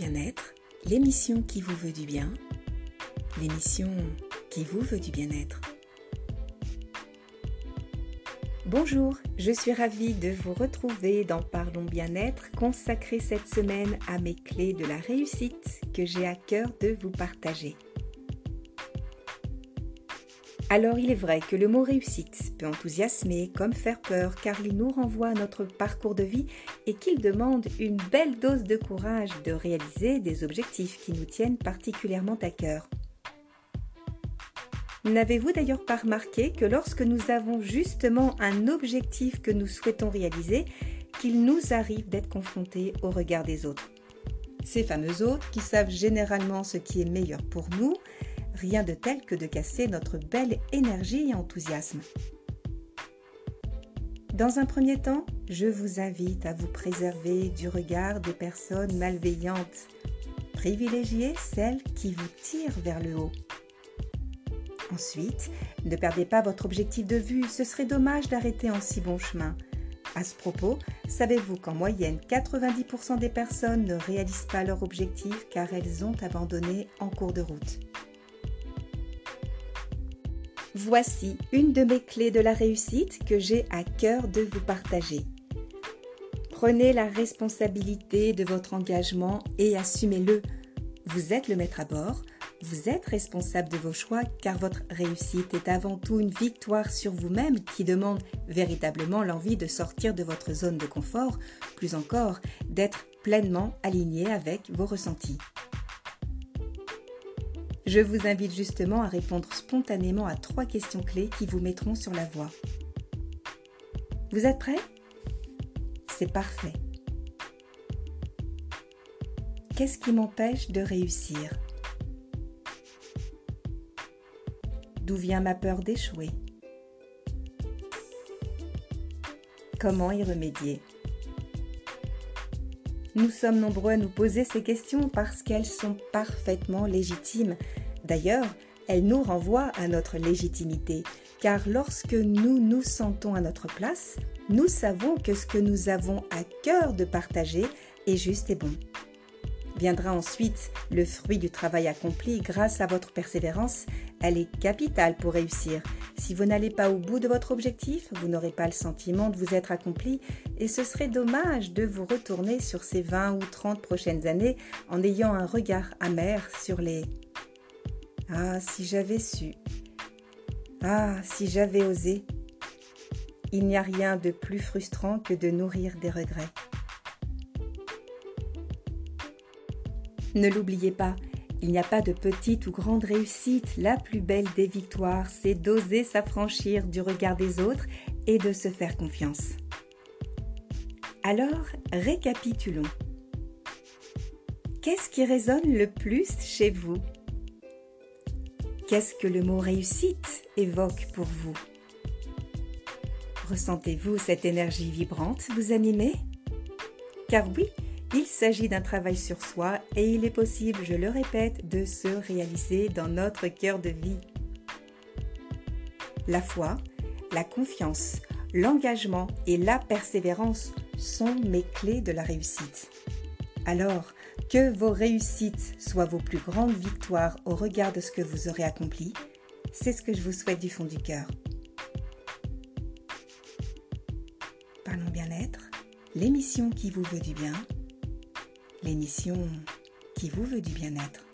bien-être, l'émission qui vous veut du bien, l'émission qui vous veut du bien-être. Bonjour, je suis ravie de vous retrouver dans Parlons Bien-être, consacré cette semaine à mes clés de la réussite que j'ai à cœur de vous partager. Alors il est vrai que le mot réussite peut enthousiasmer comme faire peur car il nous renvoie à notre parcours de vie et qu'il demande une belle dose de courage de réaliser des objectifs qui nous tiennent particulièrement à cœur. N'avez-vous d'ailleurs pas remarqué que lorsque nous avons justement un objectif que nous souhaitons réaliser, qu'il nous arrive d'être confrontés au regard des autres? Ces fameux autres qui savent généralement ce qui est meilleur pour nous, rien de tel que de casser notre belle énergie et enthousiasme. Dans un premier temps, je vous invite à vous préserver du regard des personnes malveillantes. Privilégiez celles qui vous tirent vers le haut. Ensuite, ne perdez pas votre objectif de vue, ce serait dommage d'arrêter en si bon chemin. À ce propos, savez-vous qu'en moyenne, 90% des personnes ne réalisent pas leur objectif car elles ont abandonné en cours de route. Voici une de mes clés de la réussite que j'ai à cœur de vous partager. Prenez la responsabilité de votre engagement et assumez-le. Vous êtes le maître à bord, vous êtes responsable de vos choix car votre réussite est avant tout une victoire sur vous-même qui demande véritablement l'envie de sortir de votre zone de confort, plus encore d'être pleinement aligné avec vos ressentis. Je vous invite justement à répondre spontanément à 3 questions clés qui vous mettront sur la voie. Vous êtes prêts? C'est parfait. Qu'est-ce qui m'empêche de réussir? D'où vient ma peur d'échouer? Comment y remédier? Nous sommes nombreux à nous poser ces questions parce qu'elles sont parfaitement légitimes. D'ailleurs, elles nous renvoient à notre légitimité, car lorsque nous nous sentons à notre place, nous savons que ce que nous avons à cœur de partager est juste et bon. Viendra ensuite le fruit du travail accompli grâce à votre persévérance. Elle est capitale pour réussir. Si vous n'allez pas au bout de votre objectif, vous n'aurez pas le sentiment de vous être accompli et ce serait dommage de vous retourner sur ces 20 ou 30 prochaines années en ayant un regard amer sur les « Ah, si j'avais su »,« Ah, si j'avais osé ». Il n'y a rien de plus frustrant que de nourrir des regrets. Ne l'oubliez pas, il n'y a pas de petite ou grande réussite. La plus belle des victoires, c'est d'oser s'affranchir du regard des autres et de se faire confiance. Alors, récapitulons. Qu'est-ce qui résonne le plus chez vous? Qu'est-ce que le mot réussite évoque pour vous? Ressentez-vous cette énergie vibrante vous animer? Car oui, il s'agit d'un travail sur soi et il est possible, je le répète, de se réaliser dans notre cœur de vie. La foi, la confiance, l'engagement et la persévérance sont mes clés de la réussite. Alors, que vos réussites soient vos plus grandes victoires au regard de ce que vous aurez accompli, c'est ce que je vous souhaite du fond du cœur. Parlons bien-être, l'émission qui vous veut du bien. L'émission qui vous veut du bien-être.